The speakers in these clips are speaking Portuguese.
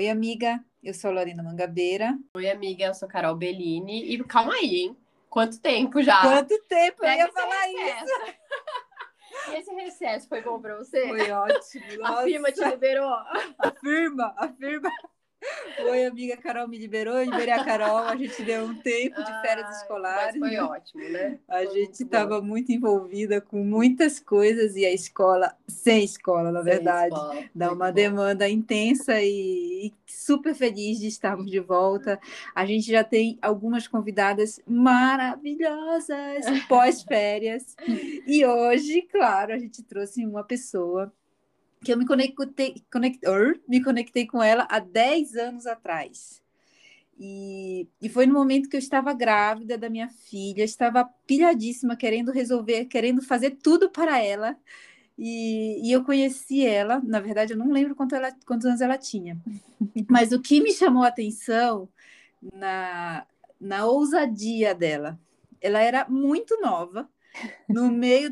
Oi, amiga. Eu sou a Lorena Mangabeira. Oi, amiga, eu sou Carol Bellini. E calma aí, hein? Quanto tempo já? Quanto tempo eu Pega ia esse falar recesso. isso? E esse recesso foi bom pra você? Foi ótimo. A firma te Nossa, liberou? afirma. Oi, amiga. Carol me liberou, eu liberei a Carol. A gente deu um tempo de férias Mas escolares, foi né? ótimo, né? A Foi gente muito bom. estava muito envolvida com muitas coisas e a escola, sem escola, na Sem verdade, escola, dá muito uma bom. demanda intensa e super feliz de estarmos de volta. A gente já tem algumas convidadas maravilhosas pós-férias e hoje, claro, a gente trouxe uma pessoa que eu me conectei com ela há 10 anos atrás. E foi no momento que eu estava grávida da minha filha, estava pilhadíssima, querendo resolver, querendo fazer tudo para ela. E eu conheci ela, na verdade, eu não lembro quantos anos ela tinha. Mas o que me chamou a atenção na, na ousadia dela, ela era muito nova, no meio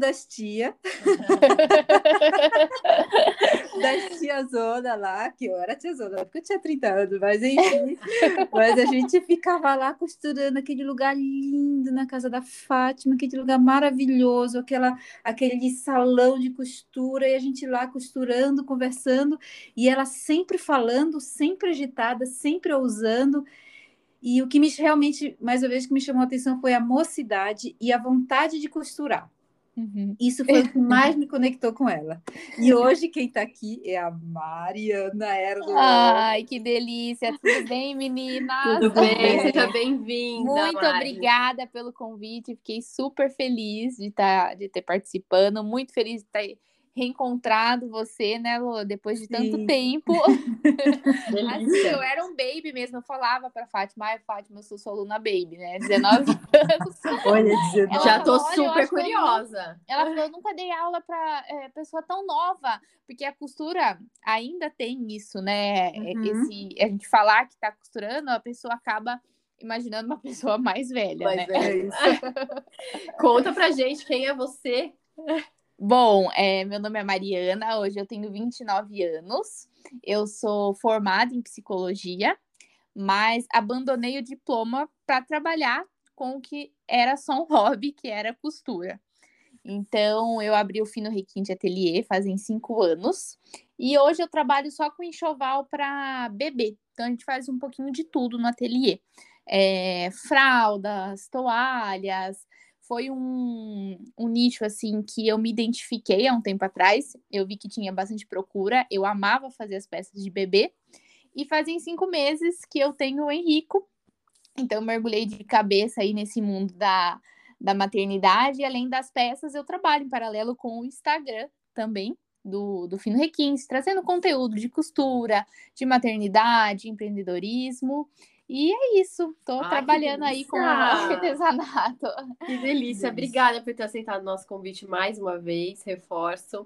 das tiazonas lá, que eu era tiazona, porque eu tinha 30 anos, mas enfim. Mas a gente ficava lá costurando aquele lugar lindo na casa da Fátima, aquele lugar maravilhoso, aquele salão de costura, e a gente lá costurando, conversando, e ela sempre falando, sempre agitada, sempre ousando. E o que me realmente, mais uma vez, que me chamou a atenção foi a mocidade e a vontade de costurar. Uhum. Isso foi o que mais me conectou com ela. E hoje quem está aqui é a Mariana Erdogan. Ai, que delícia! Tudo bem, meninas? Tudo bem? bem? Seja bem-vinda, Muito Mari. obrigada pelo convite. Fiquei super feliz de ter participando. Muito feliz de ter reencontrado você, né, Lô? Depois de tanto Sim. tempo. Assim, Delícia. eu era um baby mesmo. Eu falava pra Fátima, ai, Fátima, eu sou sua aluna baby, né? 19 anos. Olha, 19. Já tô Olha, eu super acho que eu curiosa. Ela falou, eu nunca dei aula para pessoa tão nova, porque a costura ainda tem isso, né? Uhum. A gente falar que tá costurando, a pessoa acaba imaginando uma pessoa mais velha, Mas né? É é. isso. Conta pra gente quem é você. Bom, meu nome é Mariana, hoje eu tenho 29 anos, eu sou formada em psicologia, mas abandonei o diploma para trabalhar com o que era só um hobby, que era costura. Então, eu abri o Fino Requinte Ateliê fazem 5 anos. E hoje eu trabalho só com enxoval para bebê. Então, a gente faz um pouquinho de tudo no ateliê. Fraldas, toalhas. Foi um nicho, assim, que eu me identifiquei há um tempo atrás. Eu vi que tinha bastante procura. Eu amava fazer as peças de bebê. E fazem 5 meses que eu tenho o Henrico. Então, eu mergulhei de cabeça aí nesse mundo da maternidade, e além das peças, eu trabalho em paralelo com o Instagram também, do Fino Requinte, trazendo conteúdo de costura, de maternidade, empreendedorismo. E é isso, tô trabalhando aí com o artesanato. Que delícia, obrigada por ter aceitado o nosso convite mais uma vez, reforço.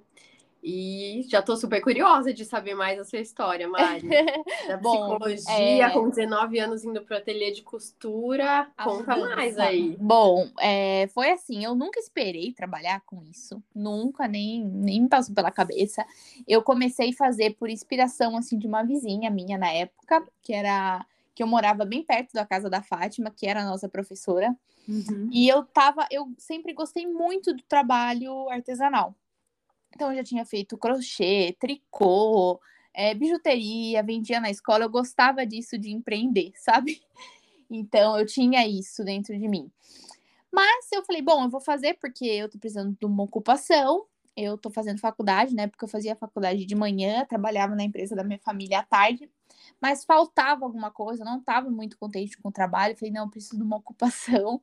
E já tô super curiosa de saber mais a sua história, Mari. Da Bom, psicologia, com 19 anos indo pro ateliê de costura. Conta mais aí. Bom, foi assim, eu nunca esperei trabalhar com isso, nunca, nem me passou pela cabeça. Eu comecei a fazer por inspiração, assim, de uma vizinha minha na época, que eu morava bem perto da casa da Fátima, que era a nossa professora. Uhum. E eu sempre gostei muito do trabalho artesanal. Então, eu já tinha feito crochê, tricô, bijuteria, vendia na escola, eu gostava disso de empreender, sabe? Então, eu tinha isso dentro de mim. Mas eu falei, bom, eu vou fazer porque eu tô precisando de uma ocupação. Eu tô fazendo faculdade, né? Porque eu fazia faculdade de manhã, trabalhava na empresa da minha família à tarde, mas faltava alguma coisa, eu não estava muito contente com o trabalho. Falei, não, eu preciso de uma ocupação.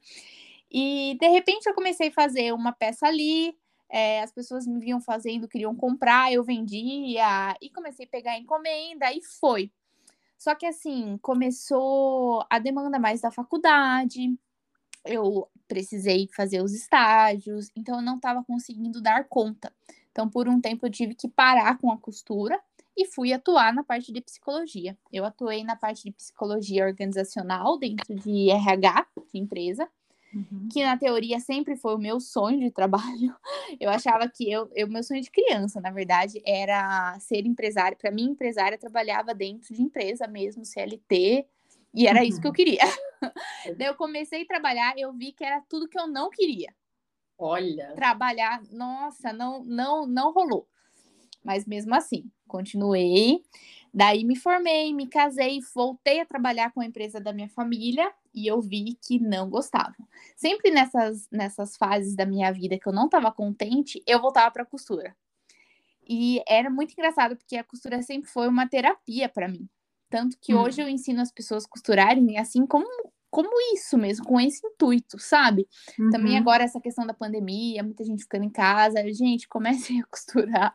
E de repente eu comecei a fazer uma peça ali, as pessoas me viam fazendo, queriam comprar, eu vendia, e comecei a pegar encomenda, e foi. Só que assim, começou a demanda mais da faculdade, eu precisei fazer os estágios, então eu não estava conseguindo dar conta. Então, por um tempo, eu tive que parar com a costura e fui atuar na parte de psicologia. Eu atuei na parte de psicologia organizacional dentro de RH, de empresa, que na teoria sempre foi o meu sonho de trabalho. Eu achava que meu sonho de criança, na verdade, era ser empresária. Para mim, empresária trabalhava dentro de empresa mesmo, CLT, e era isso que eu queria. Daí eu comecei a trabalhar, eu vi que era tudo que eu não queria. Olha. Trabalhar, nossa, não rolou. Mas mesmo assim, continuei. Daí me formei, me casei, voltei a trabalhar com a empresa da minha família e eu vi que não gostava. Sempre nessas fases da minha vida que eu não estava contente, eu voltava para a costura. E era muito engraçado porque a costura sempre foi uma terapia para mim. Tanto que hoje eu ensino as pessoas a costurarem assim como isso mesmo, com esse intuito, sabe? Também agora essa questão da pandemia, muita gente ficando em casa, gente, comecem a costurar.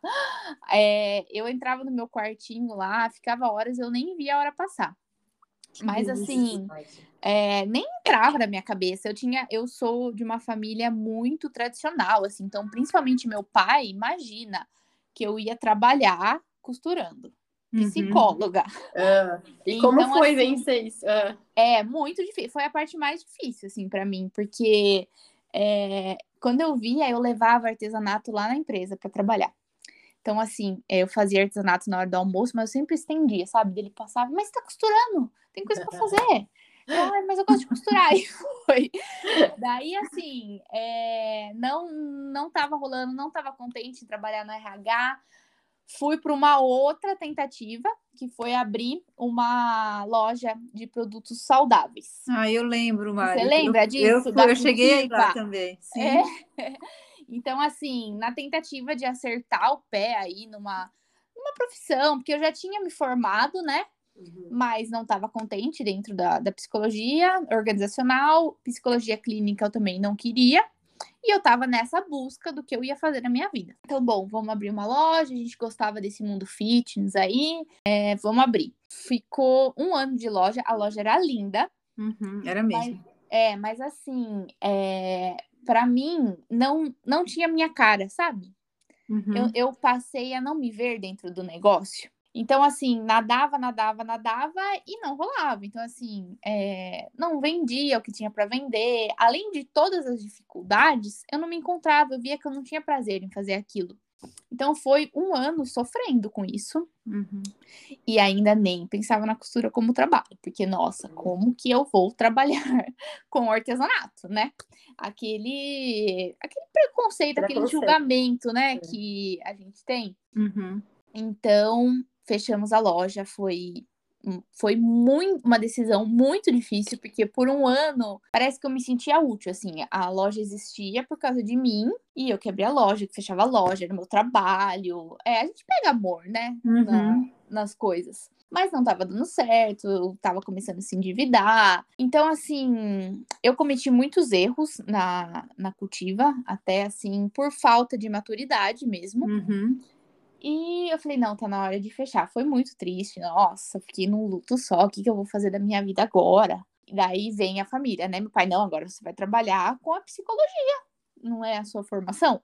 Eu entrava no meu quartinho lá, ficava horas, eu nem via a hora passar. Mas assim, nem entrava na minha cabeça. Eu sou de uma família muito tradicional, assim, então principalmente meu pai, imagina que eu ia trabalhar costurando. Psicóloga. E como então, foi assim, vencer isso? É muito difícil. Foi a parte mais difícil, assim, para mim, porque quando eu via, eu levava artesanato lá na empresa para trabalhar. Então, assim, eu fazia artesanato na hora do almoço, mas eu sempre estendia, sabe? Ele passava, mas você tá costurando, tem coisa para fazer. Mas eu gosto de costurar. E foi. Daí, assim, não tava rolando, não tava contente em trabalhar no RH. Fui para uma outra tentativa, que foi abrir uma loja de produtos saudáveis. Eu lembro, Mari. Você lembra disso? Eu cheguei aí lá também, sim. Então, assim, na tentativa de acertar o pé aí numa profissão, porque eu já tinha me formado, né? Mas não estava contente dentro da psicologia organizacional, psicologia clínica eu também não queria. E eu estava nessa busca do que eu ia fazer na minha vida. Então, bom, vamos abrir uma loja, a gente gostava desse mundo fitness aí, vamos abrir. Ficou 1 ano de loja, a loja era linda. Era mesmo. Mas assim, para mim, não tinha minha cara, sabe? Eu passei a não me ver dentro do negócio. Então, assim, nadava e não rolava. Então, assim, não vendia o que tinha para vender. Além de todas as dificuldades, eu não me encontrava. Eu via que eu não tinha prazer em fazer aquilo. Então, foi 1 ano sofrendo com isso. E ainda nem pensava na costura como trabalho. Porque, nossa, como que eu vou trabalhar com artesanato, né? Aquele preconceito, aquele julgamento, né, que a gente tem. Então, fechamos a loja, foi uma decisão muito difícil, porque por 1 ano, parece que eu me sentia útil, assim, a loja existia por causa de mim, e eu que abri a loja, que fechava a loja, era meu trabalho, a gente pega amor, né, nas coisas. Mas não tava dando certo, eu tava começando a se endividar. Então, assim, eu cometi muitos erros na Cultiva, até, assim, por falta de maturidade mesmo. E eu falei, não, tá na hora de fechar. Foi muito triste, nossa, fiquei num luto só, o que eu vou fazer da minha vida agora? E daí vem a família, né? Meu pai, não, agora você vai trabalhar com a psicologia, não é a sua formação?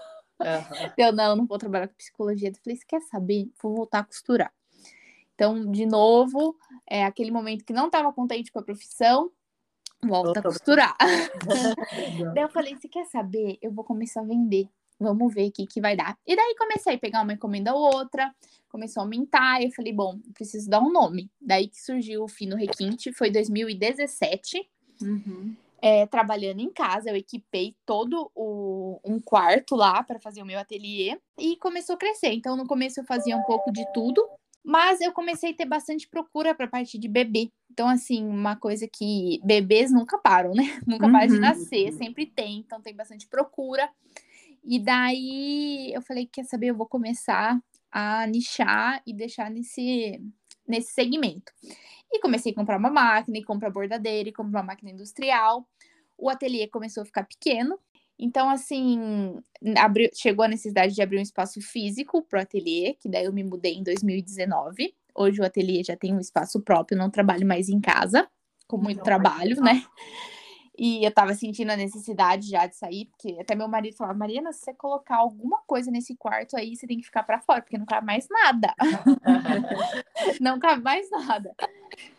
Eu, não vou trabalhar com psicologia. Eu falei, você quer saber? Vou voltar a costurar. Então, de novo, aquele momento que não tava contente com a profissão, volta a costurar. Daí eu falei, você quer saber? Eu vou começar a vender. Vamos ver o que vai dar. E daí comecei a pegar uma encomenda ou outra, começou a aumentar, e eu falei, bom, preciso dar um nome. Daí que surgiu o Fino Requinte, foi 2017. Trabalhando em casa, eu equipei todo um quarto lá para fazer o meu ateliê e começou a crescer. Então, no começo eu fazia um pouco de tudo, mas eu comecei a ter bastante procura para a parte de bebê. Então, assim, uma coisa que bebês nunca param, né? Nunca param de nascer, sempre tem, então tem bastante procura. E daí eu falei, quer saber, eu vou começar a nichar e deixar nesse segmento. E comecei a comprar uma máquina, e comprar bordadeira, e comprar uma máquina industrial. O ateliê começou a ficar pequeno. Então, assim, chegou a necessidade de abrir um espaço físico para o ateliê, que daí eu me mudei em 2019. Hoje o ateliê já tem um espaço próprio, não trabalho mais em casa, com muito trabalho, né? E eu tava sentindo a necessidade já de sair, porque até meu marido falava, Mariana, se você colocar alguma coisa nesse quarto aí, você tem que ficar pra fora, porque não cabe mais nada. Não cabe mais nada.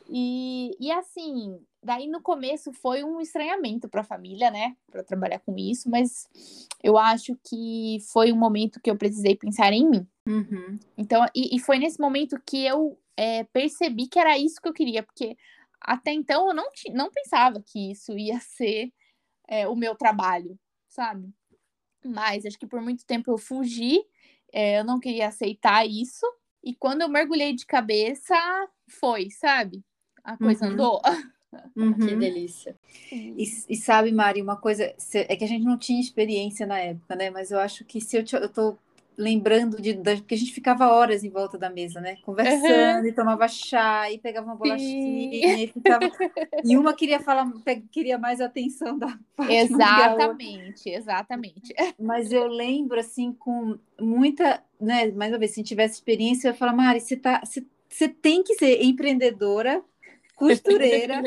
E assim, daí no começo foi um estranhamento para a família, né? Para trabalhar com isso, mas eu acho que foi um momento que eu precisei pensar em mim. Uhum. Então, e foi nesse momento que eu percebi que era isso que eu queria, porque até então eu não pensava que isso ia ser o meu trabalho, sabe? Mas acho que por muito tempo eu fugi, eu não queria aceitar isso, e quando eu mergulhei de cabeça, foi, sabe? A coisa andou. Que delícia. E sabe, Mari, uma coisa, é que a gente não tinha experiência na época, né? Mas eu acho que se eu tô lembrando porque a gente ficava horas em volta da mesa, né? Conversando, e tomava chá, e pegava uma bolachinha, e ficava. E uma queria falar, queria mais atenção da Fátima do que a outra. Exatamente. Mas eu lembro, assim, com muita, né? Mais uma vez, se tivesse experiência, eu ia falar, Mari, você tem que ser empreendedora, costureira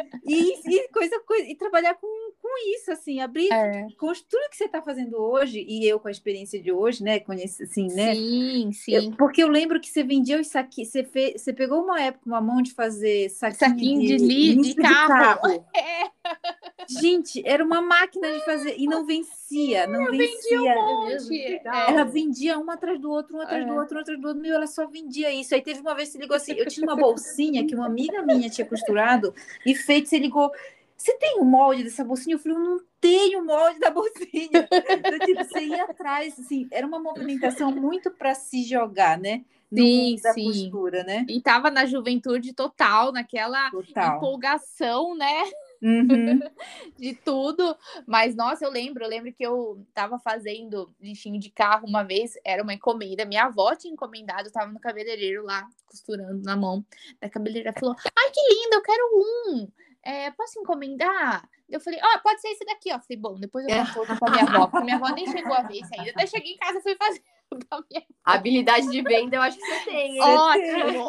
e trabalhar com isso, assim, abrir com tudo que você está fazendo hoje, e eu com a experiência de hoje, né? Conheço, assim, né? Sim. Porque eu lembro que você vendia os saquinhos, você pegou uma época, uma mão de fazer saquinho de de carro. Gente, era uma máquina de fazer e não vencia, não vencia. Um monte. Ela vendia um atrás do outro, um atrás do outro, um atrás do outro. Meu, ela só vendia isso. Aí teve uma vez que se ligou assim, eu tinha uma bolsinha que uma amiga minha tinha costurado e feito, você ligou, você tem o molde dessa bolsinha? Eu falei, eu não tenho o molde da bolsinha. Então, tipo, você ia atrás, assim, era uma movimentação muito para se jogar, né? No mundo da costura, né? E tava na juventude total, naquela empolgação, né? De tudo, mas nossa, eu lembro que eu tava fazendo lixinho de carro uma vez, era uma encomenda, minha avó tinha encomendado, eu tava no cabeleireiro lá, costurando na mão, a cabeleireira falou, ai que lindo, eu quero um, posso encomendar? Eu falei, pode ser esse daqui, ó, falei, bom, depois eu passo outro pra minha avó, porque minha avó nem chegou a ver isso ainda, até cheguei em casa e fui fazer pra minha avó. A habilidade de venda eu acho que você tem, hein? Ótimo!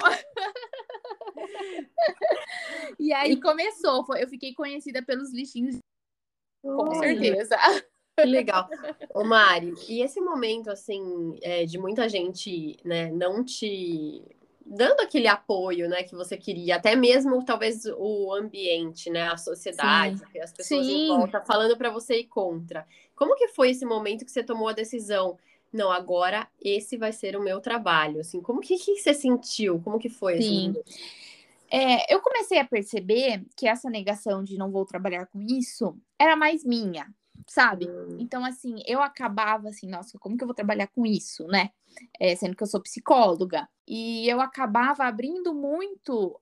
E aí começou, eu fiquei conhecida pelos lixinhos, com certeza. Que legal. Ô Mari, e esse momento, assim, de muita gente, né, não te dando aquele apoio, né, que você queria, até mesmo, talvez, o ambiente, né, a sociedade, as pessoas em volta, falando para você ir contra. Como que foi esse momento que você tomou a decisão? Não, agora esse vai ser o meu trabalho, assim, como que você sentiu? Como que foi esse momento? Eu comecei a perceber que essa negação de não vou trabalhar com isso era mais minha, sabe? Então, assim, eu acabava assim, nossa, como que eu vou trabalhar com isso, né? Sendo que eu sou psicóloga. E eu acabava abrindo muito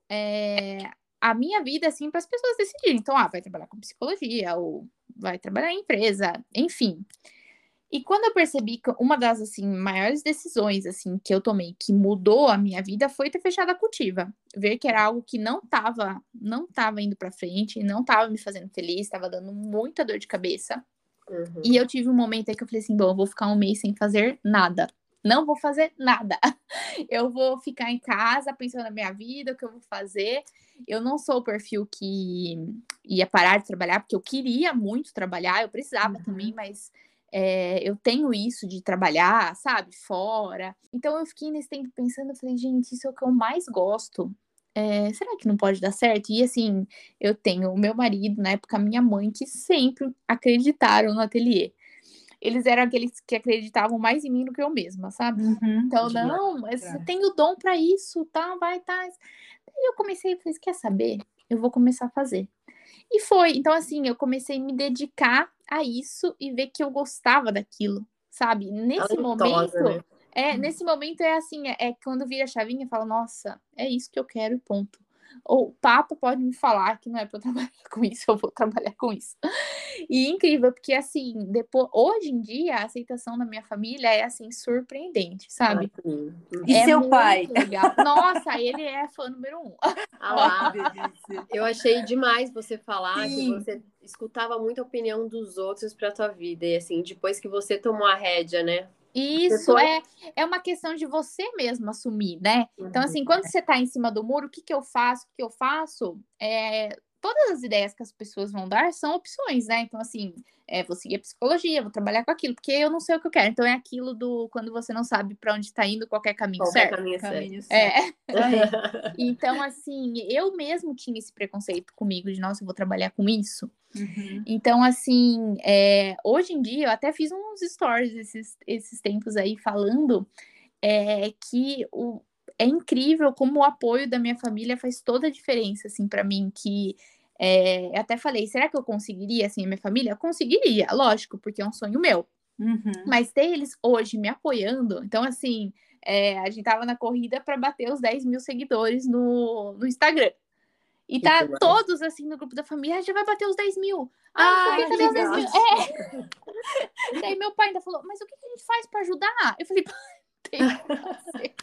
a minha vida, assim, para as pessoas decidirem. Então, vai trabalhar com psicologia, ou vai trabalhar em empresa, enfim. E quando eu percebi que uma das, assim, maiores decisões, assim, que eu tomei, que mudou a minha vida, foi ter fechado a Cultiva. Ver que era algo que não tava indo pra frente, não tava me fazendo feliz, tava dando muita dor de cabeça. E eu tive um momento aí que eu falei assim, bom, eu vou ficar um mês sem fazer nada. Não vou fazer nada. Eu vou ficar em casa pensando na minha vida, o que eu vou fazer. Eu não sou o perfil que ia parar de trabalhar, porque eu queria muito trabalhar, eu precisava também, mas... eu tenho isso de trabalhar, sabe, fora. Então eu fiquei nesse tempo pensando, eu falei, gente, isso é o que eu mais gosto. Será que não pode dar certo? E assim, eu tenho o meu marido, na época, a minha mãe, que sempre acreditaram no ateliê. Eles eram aqueles que acreditavam mais em mim do que eu mesma, sabe? Então, não, mas você tem o dom para isso, tá? Vai, tá. Daí eu comecei, falei, quer saber? Eu vou começar a fazer. E foi. Então, assim, eu comecei a me dedicar a isso e ver que eu gostava daquilo, sabe? Nesse momento, nesse momento é assim, quando vira a chavinha, eu falo, nossa, é isso que eu quero, ponto. Ou o papo pode me falar que não é para eu trabalhar com isso, eu vou trabalhar com isso. E incrível, porque assim, hoje em dia, a aceitação da minha família é assim, surpreendente, sabe? E seu pai? Legal. Nossa, ele é fã número 1. Eu achei demais você falar que você escutava muito a opinião dos outros para tua vida. E assim, depois que você tomou a rédea, né? Isso, é uma questão de você mesmo assumir, né? Então, assim, quando você tá em cima do muro, o que eu faço? todas as ideias que as pessoas vão dar são opções, né? Então, assim, vou seguir a psicologia, vou trabalhar com aquilo, porque eu não sei o que eu quero. Então, é aquilo do quando você não sabe para onde está indo, qualquer caminho Qualquer certo. caminho certo. Caminho certo. Então, assim, eu mesmo tinha esse preconceito comigo de, nossa, eu vou trabalhar com isso. Uhum. Então, assim, hoje em dia, eu até fiz uns stories esses tempos aí falando que é incrível como o apoio da minha família faz toda a diferença, assim, para mim, que eu até falei, será que eu conseguiria, assim, a minha família? Eu conseguiria, lógico, porque é um sonho meu. Uhum. Mas ter eles hoje me apoiando, então, assim, a gente tava na corrida para bater os 10 mil seguidores no Instagram. E Que tá demais. todos, assim, no grupo da família, já vai bater os 10 mil. Ah, Cadê que os 10 mil? legal. Daí meu pai ainda falou, mas o que a gente faz para ajudar? Eu falei, tem que fazer.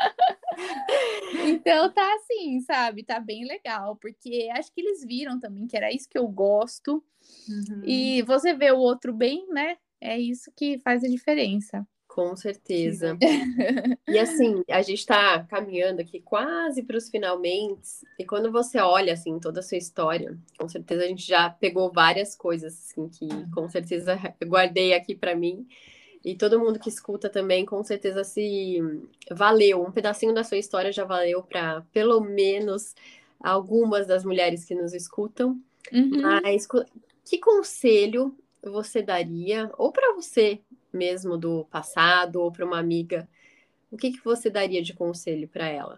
Então tá assim, sabe? Tá bem legal, porque acho que eles viram também que era isso que eu gosto. Uhum. E você vê o outro bem, né? É isso que faz a diferença. Com certeza. Que legal. E assim, a gente está caminhando aqui quase para os finalmente, e quando você olha assim toda a sua história, com certeza a gente já pegou várias coisas assim que com certeza eu guardei aqui para mim. E todo mundo que escuta também, com certeza se valeu. Um pedacinho da sua história já valeu para pelo menos algumas das mulheres que nos escutam. Uhum. Mas que conselho você daria, ou para você mesmo do passado, ou para uma amiga, o que você daria de conselho para ela?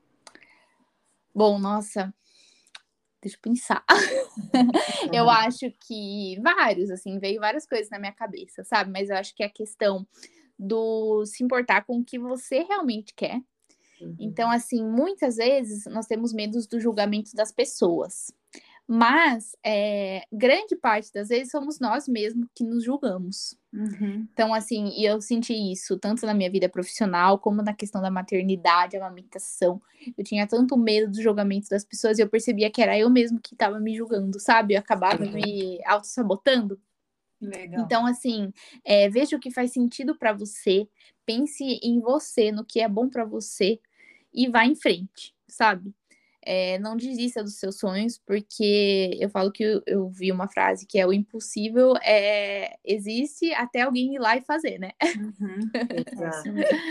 Bom, nossa, deixa eu pensar. Eu acho que vários, assim, veio várias coisas na minha cabeça, sabe? Mas eu acho que a questão do se importar com o que você realmente quer. Então, assim, muitas vezes nós temos medos do julgamento das pessoas. Mas, grande parte das vezes somos nós mesmos que nos julgamos. Uhum. Então, assim, e eu senti isso tanto na minha vida profissional, como na questão da maternidade, amamentação. Eu tinha tanto medo do julgamento das pessoas e eu percebia que era eu mesmo que estava me julgando, sabe? Eu acabava me auto-sabotando. Legal. Então, assim, veja o que faz sentido para você, pense em você, no que é bom para você e vá em frente, sabe? Não desista dos seus sonhos, porque eu falo que eu vi uma frase que é o impossível existe até alguém ir lá e fazer, né? Uhum. Exato.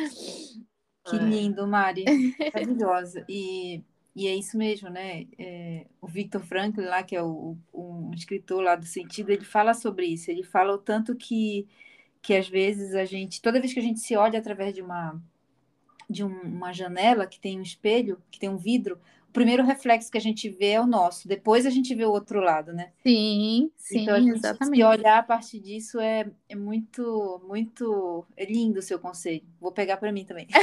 Que lindo, Mari. Maravilhosa. E é isso mesmo, né? O Viktor Frankl, lá, que é um escritor lá do Sentido, ele fala sobre isso. Ele fala o tanto que às vezes toda vez que a gente se olha através de uma janela que tem um espelho, que tem um vidro, o primeiro reflexo que a gente vê é o nosso, depois a gente vê o outro lado, né? Sim, Então, a sim, gente se exatamente. olhar a partir disso é muito, muito. É lindo o seu conselho. Vou pegar para mim também.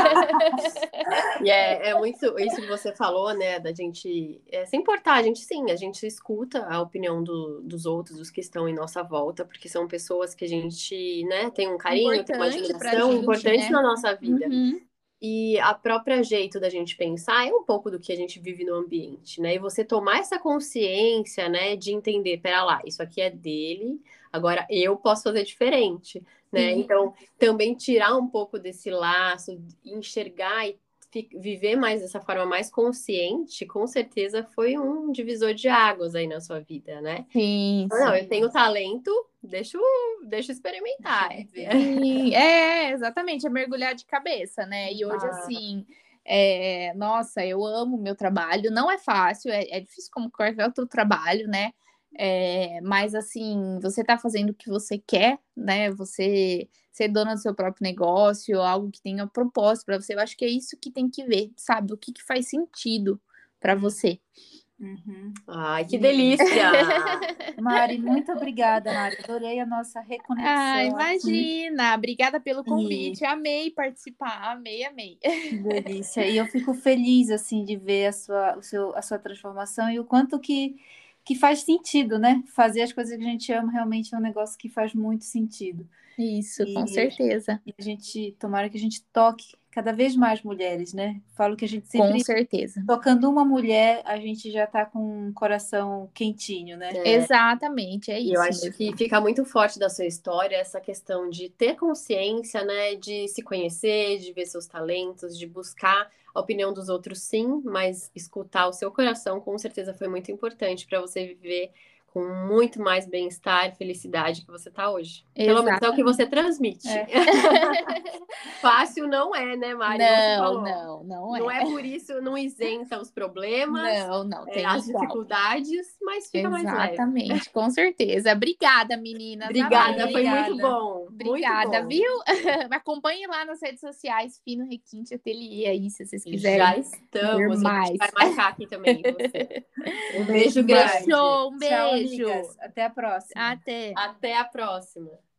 E é muito isso que você falou, né? Da gente se importar, a gente escuta a opinião dos outros, dos que estão em nossa volta, porque são pessoas que a gente, né, tem um carinho, tem uma Importante pra admiração gente, importante né? na nossa vida. Uhum. E a própria jeito da gente pensar é um pouco do que a gente vive no ambiente, né? E você tomar essa consciência, né, de entender, pera lá, isso aqui é dele, agora eu posso fazer diferente, né? Sim. Então, também tirar um pouco desse laço, enxergar e viver mais dessa forma mais consciente, com certeza foi um divisor de águas aí na sua vida, né? Sim, Não, sim. eu tenho talento, deixa eu experimentar. Sim, exatamente, é mergulhar de cabeça, né? E hoje, assim, nossa, eu amo o meu trabalho, não é fácil, é difícil como qualquer outro trabalho, né? Mas, assim, você tá fazendo o que você quer, né? Você ser dona do seu próprio negócio, algo que tenha propósito para você, eu acho que é isso que tem que ver, sabe? O que faz sentido para você. Uhum. Ai, que delícia! Mari, muito obrigada, Mari. Adorei a nossa reconexão. Imagina! Obrigada pelo E convite. Amei participar. Amei. que delícia. E eu fico feliz, assim, de ver a sua transformação e o quanto que faz sentido, né? Fazer as coisas que a gente ama realmente é um negócio que faz muito sentido. Isso, com E certeza. tomara que a gente toque cada vez mais mulheres, né? Falo que a gente Com sempre, certeza. tocando uma mulher, a gente já tá com o coração quentinho, né? Exatamente, é E eu isso acho mesmo. que fica muito forte da sua história essa questão de ter consciência, né? De se conhecer, de ver seus talentos, de buscar a opinião dos outros, sim, mas escutar o seu coração com certeza foi muito importante para você viver com muito mais bem-estar e felicidade que você está hoje. Pelo menos é o que você transmite. É. Fácil não é, né, Mari? Como você falou. Não Não é. é por isso, não isenta os problemas, Não, tem as igual. dificuldades, mas fica mais leve. Exatamente, com certeza. Obrigada, meninas. Obrigada, Amei. foi muito bom. Obrigada, muito bom. viu? Me acompanhe lá nas redes sociais, Fino Requinte Ateliê aí, se vocês quiserem. Já estamos. ver A mais. gente vai marcar aqui também você. Um beijo grande. Fechou, um Tchau, beijo. amigas. Até a próxima. Até. Até a próxima.